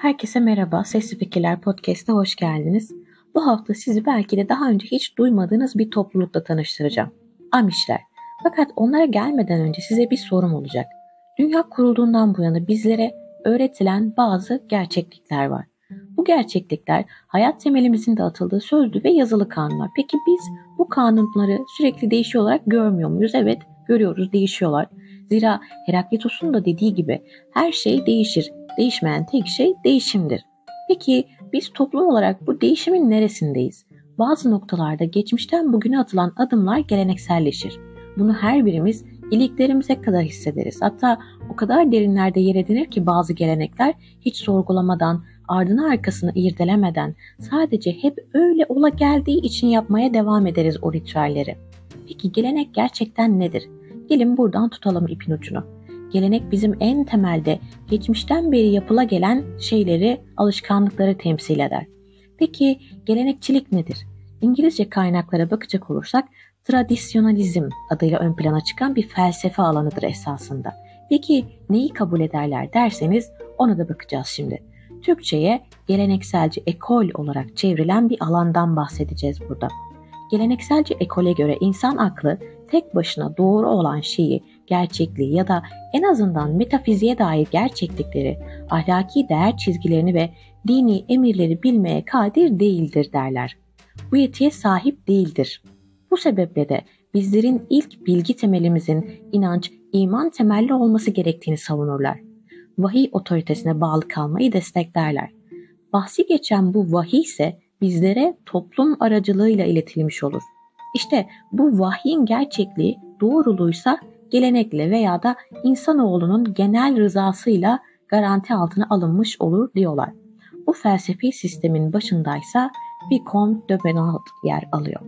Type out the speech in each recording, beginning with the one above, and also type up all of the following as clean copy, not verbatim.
Herkese merhaba, Sesli Fikirler Podcast'a hoş geldiniz. Bu hafta sizi belki de daha önce hiç duymadığınız bir toplulukla tanıştıracağım. Amişler. Fakat onlara gelmeden önce size bir sorum olacak. Dünya kurulduğundan bu yana bizlere öğretilen bazı gerçeklikler var. Bu gerçeklikler hayat temelimizin de atıldığı sözlü ve yazılı kanunlar. Peki biz bu kanunları sürekli değişiyor olarak görmüyor muyuz? Evet, görüyoruz, değişiyorlar. Zira Heraklitos'un da dediği gibi her şey değişir. Değişmeyen tek şey değişimdir. Peki biz toplum olarak bu değişimin neresindeyiz? Bazı noktalarda geçmişten bugüne atılan adımlar gelenekselleşir. Bunu her birimiz iliklerimize kadar hissederiz. Hatta o kadar derinlerde yer edinir ki bazı gelenekler hiç sorgulamadan, ardını arkasını irdelemeden sadece hep öyle ola geldiği için yapmaya devam ederiz o ritüelleri. Peki gelenek gerçekten nedir? Gelin buradan tutalım ipin ucunu. Gelenek bizim en temelde geçmişten beri yapıla gelen şeyleri, alışkanlıkları temsil eder. Peki gelenekçilik nedir? İngilizce kaynaklara bakacak olursak tradisyonalizm adıyla ön plana çıkan bir felsefe alanıdır esasında. Peki neyi kabul ederler derseniz ona da bakacağız şimdi. Türkçe'ye gelenekselci ekol olarak çevrilen bir alandan bahsedeceğiz burada. Gelenekselci ekole göre insan aklı tek başına doğru olan şeyi, gerçekliği ya da en azından metafiziğe dair gerçeklikleri, ahlaki değer çizgilerini ve dini emirleri bilmeye kadir değildir derler. Bu yetiye sahip değildir. Bu sebeple de bizlerin ilk bilgi temelimizin inanç, iman temelli olması gerektiğini savunurlar. Vahiy otoritesine bağlı kalmayı desteklerler. Bahsi geçen bu vahiy ise bizlere toplum aracılığıyla iletilmiş olur. İşte bu vahyin gerçekliği doğruluğuysa gelenekle veya da insanoğlunun genel rızasıyla garanti altına alınmış olur diyorlar. Bu felsefi sistemin başındaysa Vicomte de Bonald yer alıyor.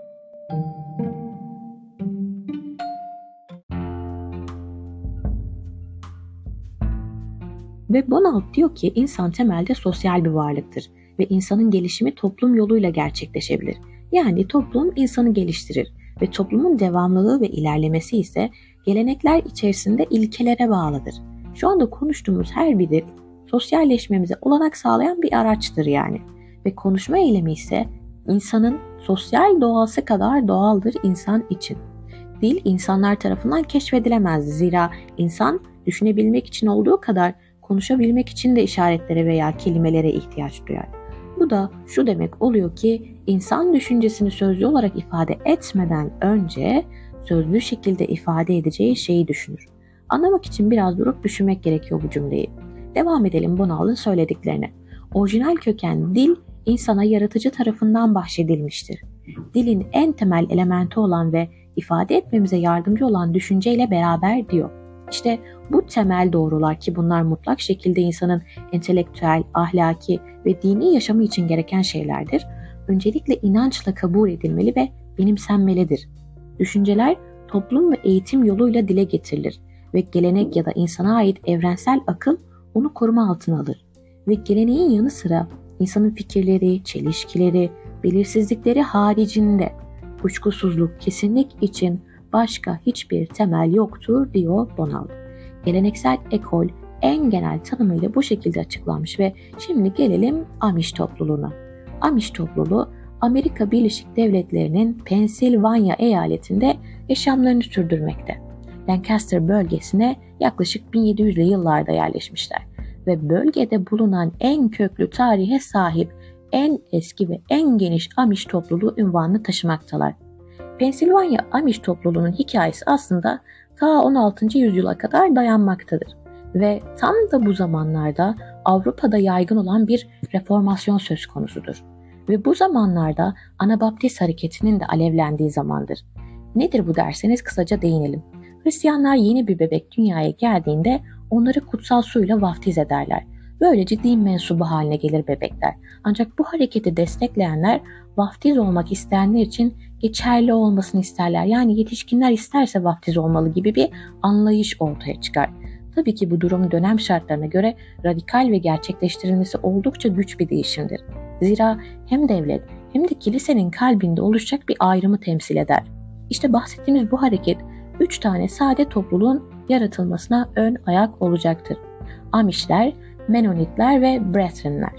Ve Bonald diyor ki insan temelde sosyal bir varlıktır ve insanın gelişimi toplum yoluyla gerçekleşebilir. Yani toplum insanı geliştirir ve toplumun devamlılığı ve ilerlemesi ise gelenekler içerisinde ilkelere bağlıdır. Şu anda konuştuğumuz her bir dil sosyalleşmemize olanak sağlayan bir araçtır yani. Ve konuşma eylemi ise insanın sosyal doğası kadar doğaldır insan için. Dil insanlar tarafından keşfedilemez. Zira insan düşünebilmek için olduğu kadar konuşabilmek için de işaretlere veya kelimelere ihtiyaç duyar. Bu da şu demek oluyor ki insan düşüncesini sözlü olarak ifade etmeden önce sözlü şekilde ifade edeceği şeyi düşünür. Anlamak için biraz durup düşünmek gerekiyor bu cümleyi. Devam edelim Bonald'ın söylediklerine. Orijinal köken dil insana yaratıcı tarafından bahşedilmiştir. Dilin en temel elementi olan ve ifade etmemize yardımcı olan düşünceyle beraber diyor. İşte bu temel doğrular ki bunlar mutlak şekilde insanın entelektüel, ahlaki ve dini yaşamı için gereken şeylerdir. Öncelikle inançla kabul edilmeli ve benimsenmelidir. Düşünceler toplum ve eğitim yoluyla dile getirilir ve gelenek ya da insana ait evrensel akıl onu koruma altına alır. Ve geleneğin yanı sıra insanın fikirleri, çelişkileri, belirsizlikleri haricinde kuşkusuzluk, kesinlik için başka hiçbir temel yoktur diyor Bonald. Geleneksel ekol en genel tanımıyla bu şekilde açıklanmış ve şimdi gelelim Amish topluluğuna. Amish topluluğu Amerika Birleşik Devletleri'nin Pensilvanya eyaletinde yaşamlarını sürdürmekte. Lancaster bölgesine yaklaşık 1700'lü yıllarda yerleşmişler ve bölgede bulunan en köklü tarihe sahip en eski ve en geniş Amish topluluğu unvanını taşımaktalar. Pensilvanya Amish topluluğunun hikayesi aslında ta 16. yüzyıla kadar dayanmaktadır. Ve tam da bu zamanlarda Avrupa'da yaygın olan bir reformasyon söz konusudur. Ve bu zamanlarda Anabaptist hareketinin de alevlendiği zamandır. Nedir bu derseniz kısaca değinelim. Hristiyanlar yeni bir bebek dünyaya geldiğinde onları kutsal suyla vaftiz ederler. Böylece din mensubu haline gelir bebekler. Ancak bu hareketi destekleyenler vaftiz olmak isteyenler için geçerli olmasını isterler. Yani yetişkinler isterse vaftiz olmalı gibi bir anlayış ortaya çıkar. Tabii ki bu durum dönem şartlarına göre radikal ve gerçekleştirilmesi oldukça güç bir değişimdir. Zira hem devlet hem de kilisenin kalbinde oluşacak bir ayrımı temsil eder. İşte bahsettiğimiz bu hareket 3 tane sade topluluğun yaratılmasına ön ayak olacaktır. Amishler Menonitler ve Brethrenler.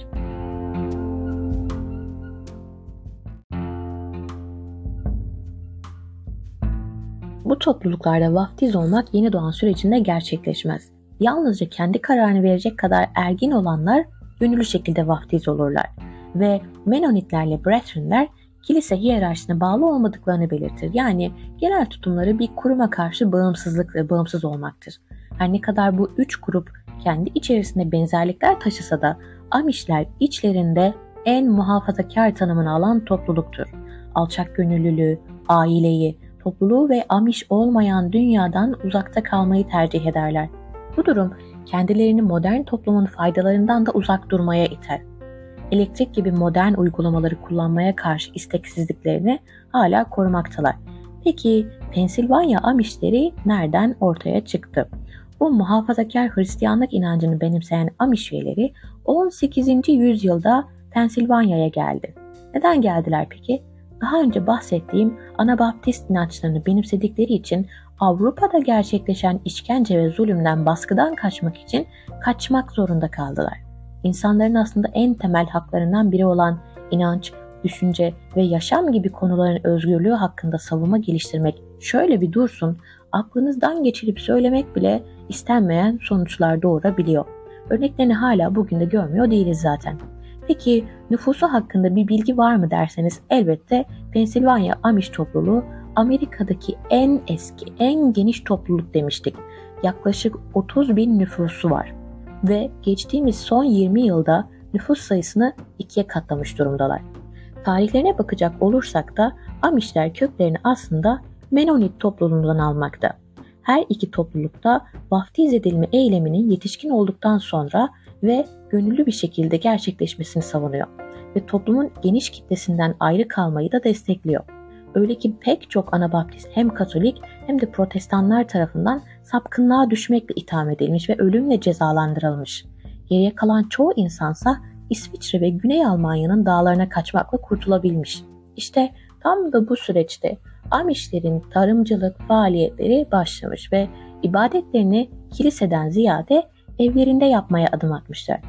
Bu topluluklarda vaftiz olmak yeni doğan sürecinde gerçekleşmez. Yalnızca kendi kararını verecek kadar ergin olanlar gönüllü şekilde vaftiz olurlar ve Menonitlerle Brethrenler kilise hiyerarşisine bağlı olmadıklarını belirtir. Yani genel tutumları bir kuruma karşı bağımsızlık ve bağımsız olmaktır. Her ne kadar bu üç grup kendi içerisinde benzerlikler taşısa da Amishler içlerinde en muhafazakar tanımını alan topluluktur. Alçak gönüllülüğü, aileyi, topluluğu ve Amish olmayan dünyadan uzakta kalmayı tercih ederler. Bu durum kendilerini modern toplumun faydalarından da uzak durmaya iter. Elektrik gibi modern uygulamaları kullanmaya karşı isteksizliklerini hala korumaktalar. Peki Pensilvanya Amishleri nereden ortaya çıktı? Bu muhafazakar Hristiyanlık inancını benimseyen Amish üyeleri 18. yüzyılda Pensilvanya'ya geldi. Neden geldiler peki? Daha önce bahsettiğim Anabaptist inançlarını benimsedikleri için Avrupa'da gerçekleşen işkence ve zulümden, baskıdan kaçmak için kaçmak zorunda kaldılar. İnsanların aslında en temel haklarından biri olan inanç, düşünce ve yaşam gibi konuların özgürlüğü hakkında savunma geliştirmek şöyle bir dursun, aklınızdan geçirip söylemek bile istenmeyen sonuçlar doğurabiliyor. Örneklerini hala bugün de görmüyor değiliz zaten. Peki nüfusu hakkında bir bilgi var mı derseniz elbette Pensilvanya Amish topluluğu Amerika'daki en eski, en geniş topluluk demiştik. Yaklaşık 30 bin nüfusu var ve geçtiğimiz son 20 yılda nüfus sayısını 2'ye katlamış durumdalar. Tarihlerine bakacak olursak da Amishler köklerini aslında Menonit topluluğundan almakta. Her iki toplulukta vaftiz edilme eyleminin yetişkin olduktan sonra ve gönüllü bir şekilde gerçekleşmesini savunuyor ve toplumun geniş kitlesinden ayrı kalmayı da destekliyor. Öyle ki pek çok Anabaptist hem Katolik hem de Protestanlar tarafından sapkınlığa düşmekle itham edilmiş ve ölümle cezalandırılmış. Geriye kalan çoğu insansa İsviçre ve Güney Almanya'nın dağlarına kaçmakla kurtulabilmiş. İşte tam da bu süreçte Amishlerin tarımcılık faaliyetleri başlamış ve ibadetlerini kiliseden ziyade evlerinde yapmaya adım atmışlar.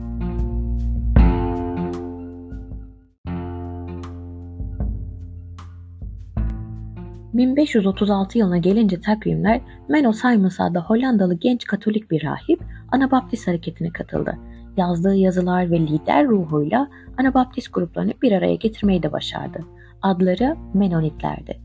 ...1536 yılına gelince takvimler Menno Simons adlı Hollandalı genç Katolik bir rahip Anabaptist hareketine katıldı. Yazdığı yazılar ve lider ruhuyla Anabaptist gruplarını bir araya getirmeyi de başardı. Adları Menonitlerdi.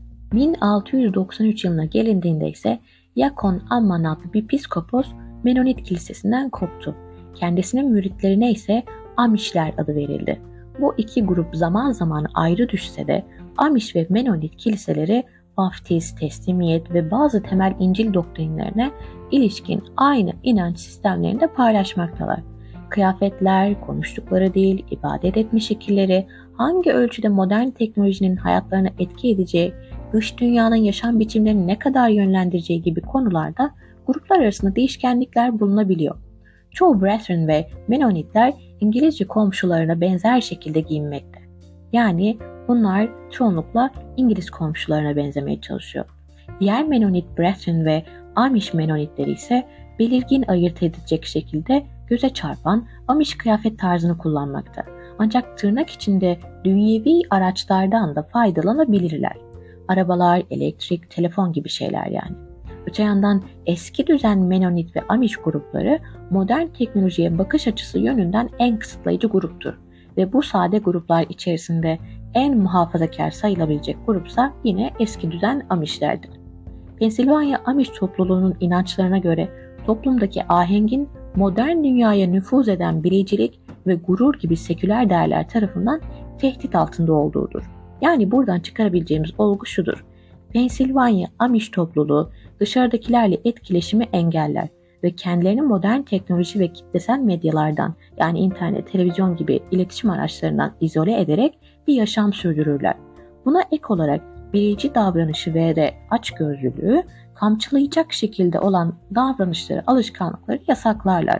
1693 yılına gelindiğinde ise Yakon Amman adlı bir piskopos Menonit kilisesinden koptu. Kendisinin müritlerine ise Amishler adı verildi. Bu iki grup zaman zaman ayrı düşse de Amish ve Menonit kiliseleri vaftiz, teslimiyet ve bazı temel İncil doktrinlerine ilişkin aynı inanç sistemlerini de paylaşmaktalar. Kıyafetler, konuştukları dil, ibadet etme şekilleri, hangi ölçüde modern teknolojinin hayatlarına etki edeceği, dış dünyanın yaşam biçimlerini ne kadar yönlendireceği gibi konularda gruplar arasında değişkenlikler bulunabiliyor. Çoğu Brethren ve Menonitler İngilizce komşularına benzer şekilde giyinmekte. Yani bunlar çoğunlukla İngiliz komşularına benzemeye çalışıyor. Diğer Menonit Brethren ve Amish Menonitleri ise belirgin ayırt edilecek şekilde göze çarpan Amish kıyafet tarzını kullanmakta. Ancak tırnak içinde dünyevi araçlardan da faydalanabilirler. Arabalar, elektrik, telefon gibi şeyler yani. Öte yandan eski düzen Menonit ve Amish grupları modern teknolojiye bakış açısı yönünden en kısıtlayıcı gruptur. Ve bu sade gruplar içerisinde en muhafazakar sayılabilecek grupsa yine eski düzen Amishlerdir. Pensilvanya Amish topluluğunun inançlarına göre toplumdaki ahengin modern dünyaya nüfuz eden bireycilik ve gurur gibi seküler değerler tarafından tehdit altında olduğudur. Yani buradan çıkarabileceğimiz olgu şudur. Pensilvanya Amish topluluğu dışarıdakilerle etkileşimi engeller ve kendilerini modern teknoloji ve kitlesel medyalardan yani internet, televizyon gibi iletişim araçlarından izole ederek bir yaşam sürdürürler. Buna ek olarak bireyci davranışı ve de açgözlülüğü kamçılayacak şekilde olan davranışları, alışkanlıkları yasaklarlar.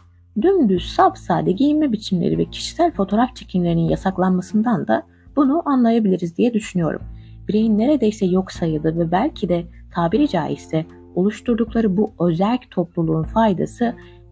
Dümdüz sapsade giyinme biçimleri ve kişisel fotoğraf çekimlerinin yasaklanmasından da bunu anlayabiliriz diye düşünüyorum. Bireyin neredeyse yok sayılır ve belki de tabiri caizse oluşturdukları bu özerk topluluğun faydası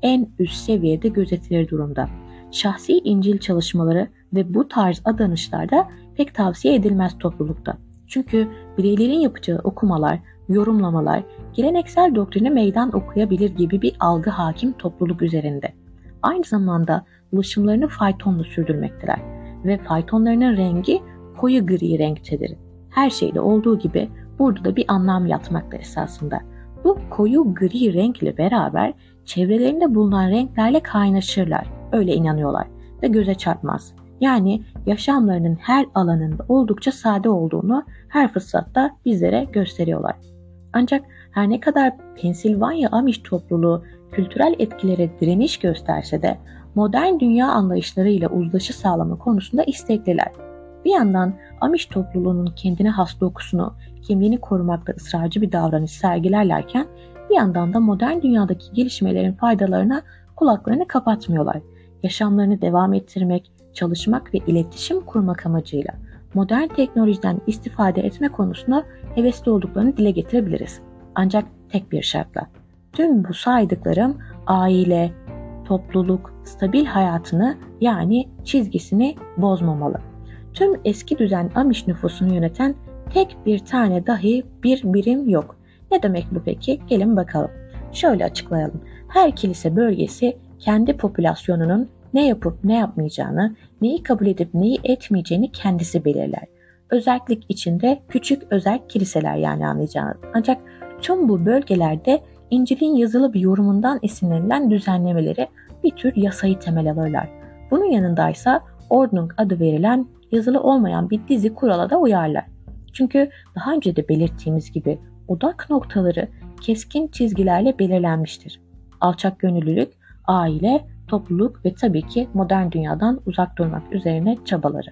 en üst seviyede gözetilir durumda. Şahsi İncil çalışmaları ve bu tarz adanışlarda pek tavsiye edilmez toplulukta. Çünkü bireylerin yapacağı okumalar, yorumlamalar, geleneksel doktrine meydan okuyabilir gibi bir algı hakim topluluk üzerinde. Aynı zamanda ulaşımlarını faytonla sürdürmekteler ve faytonlarının rengi koyu gri renktedir. Her şeyde olduğu gibi burada da bir anlam yatmakta esasında. Bu koyu gri renkle beraber çevrelerinde bulunan renklerle kaynaşırlar. Öyle inanıyorlar ve göze çarpmaz. Yani yaşamlarının her alanında oldukça sade olduğunu her fırsatta bizlere gösteriyorlar. Ancak her ne kadar Pensilvanya Amish topluluğu kültürel etkilere direniş gösterse de modern dünya anlayışlarıyla uzlaşı sağlama konusunda istekliler. Bir yandan Amish topluluğunun kendine has dokusunu, kimliğini korumakta ısrarcı bir davranış sergilerlerken bir yandan da modern dünyadaki gelişmelerin faydalarına kulaklarını kapatmıyorlar. Yaşamlarını devam ettirmek, çalışmak ve iletişim kurmak amacıyla modern teknolojiden istifade etme konusunda hevesli olduklarını dile getirebiliriz. Ancak tek bir şartla. Tüm bu saydıklarım aile, topluluk, stabil hayatını yani çizgisini bozmamalı. Tüm eski düzen Amish nüfusunu yöneten tek bir tane dahi bir birim yok. Ne demek bu peki? Gelin bakalım. Şöyle açıklayalım. Her kilise bölgesi kendi popülasyonunun ne yapıp ne yapmayacağını, neyi kabul edip neyi etmeyeceğini kendisi belirler. Özellik içinde küçük özerk kiliseler yani anlayacağınız. Ancak tüm bu bölgelerde İncil'in yazılı bir yorumundan esinlenilen düzenlemeleri bir tür yasayı temel alırlar. Bunun yanındaysa Ordnung adı verilen yazılı olmayan bir dizi kurala da uyarlar. Çünkü daha önce de belirttiğimiz gibi odak noktaları keskin çizgilerle belirlenmiştir. Alçak gönüllülük, aile, topluluk ve tabii ki modern dünyadan uzak durmak üzerine çabaları.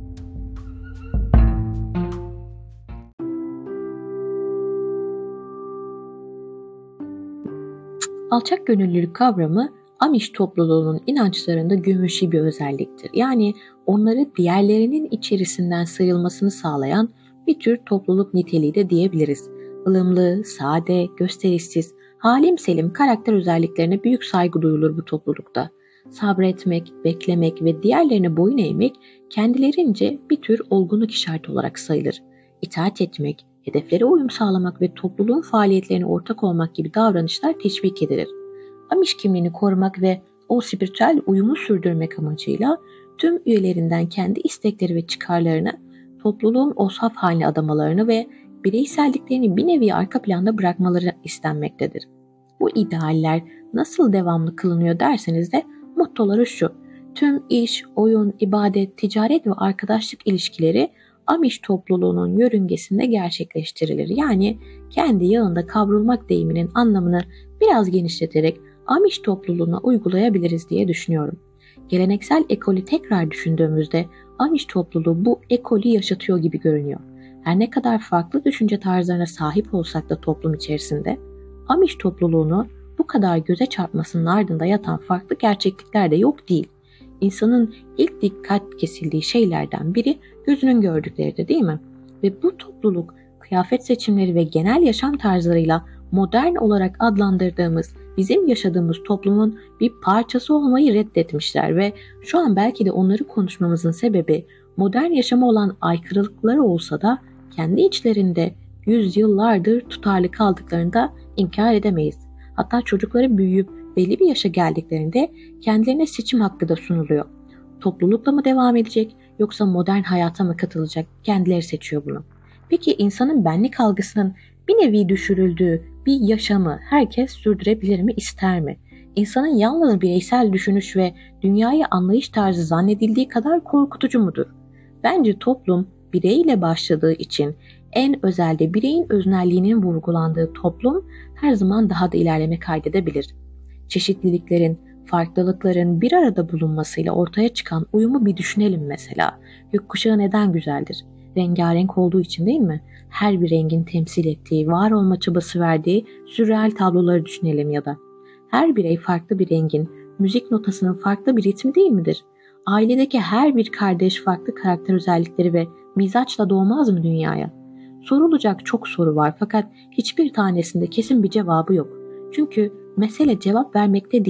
Alçak gönüllülük kavramı Amish topluluğunun inançlarında gümüşi bir özelliktir. Yani onları diğerlerinin içerisinden sıyrılmasını sağlayan bir tür topluluk niteliği de diyebiliriz. Ilımlı, sade, gösterişsiz, halim selim karakter özelliklerine büyük saygı duyulur bu toplulukta. Sabretmek, beklemek ve diğerlerine boyun eğmek kendilerince bir tür olgunluk işareti olarak sayılır. İtaat etmek, hedeflere uyum sağlamak ve topluluğun faaliyetlerine ortak olmak gibi davranışlar teşvik edilir. Amish kimliğini korumak ve o spiritüel uyumu sürdürmek amacıyla tüm üyelerinden kendi istekleri ve çıkarlarını, topluluğun oshaf haline adamalarını ve bireyselliklerini bir nevi arka planda bırakmaları istenmektedir. Bu idealler nasıl devamlı kılınıyor derseniz de mottoları şu: tüm iş, oyun, ibadet, ticaret ve arkadaşlık ilişkileri Amish topluluğunun yörüngesinde gerçekleştirilir. Yani kendi yağında kavrulmak deyiminin anlamını biraz genişleterek Amish topluluğuna uygulayabiliriz diye düşünüyorum. Geleneksel ekolü tekrar düşündüğümüzde Amish topluluğu bu ekolü yaşatıyor gibi görünüyor. Her ne kadar farklı düşünce tarzlarına sahip olsak da toplum içerisinde, Amish topluluğunu bu kadar göze çarpmasının ardında yatan farklı gerçeklikler de yok değil. İnsanın ilk dikkat kesildiği şeylerden biri gözünün gördükleridir, değil mi? Ve bu topluluk kıyafet seçimleri ve genel yaşam tarzlarıyla modern olarak adlandırdığımız, bizim yaşadığımız toplumun bir parçası olmayı reddetmişler ve şu an belki de onları konuşmamızın sebebi modern yaşama olan aykırılıkları olsa da kendi içlerinde yüzyıllardır tutarlı kaldıklarını da inkar edemeyiz. Hatta çocukları büyüyüp belli bir yaşa geldiklerinde kendilerine seçim hakkı da sunuluyor. Toplulukla mı devam edecek yoksa modern hayata mı katılacak, kendileri seçiyor bunu. Peki insanın benlik algısının bir nevi düşürüldüğü bir yaşamı herkes sürdürebilir mi, ister mi? İnsanın yalnız bireysel düşünüş ve dünyayı anlayış tarzı zannedildiği kadar korkutucu mudur? Bence toplum bireyle başladığı için en özelde bireyin öznelliğinin vurgulandığı toplum her zaman daha da ilerleme kaydedebilir. Çeşitliliklerin, farklılıkların bir arada bulunmasıyla ortaya çıkan uyumu bir düşünelim mesela. Gökkuşağı neden güzeldir? Rengarenk olduğu için değil mi? Her bir rengin temsil ettiği, var olma çabası verdiği sürreal tabloları düşünelim ya da. Her birey farklı bir rengin, müzik notasının farklı bir ritmi değil midir? Ailedeki her bir kardeş farklı karakter özellikleri ve mizaçla doğmaz mı dünyaya? Sorulacak çok soru var fakat hiçbir tanesinde kesin bir cevabı yok. Çünkü mesele cevap vermekte değil,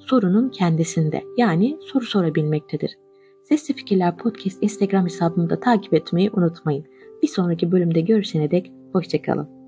sorunun kendisinde, yani soru sorabilmektedir. Sesli Fikirler Podcast Instagram hesabımı da takip etmeyi unutmayın. Bir sonraki bölümde görüşene dek hoşça kalın.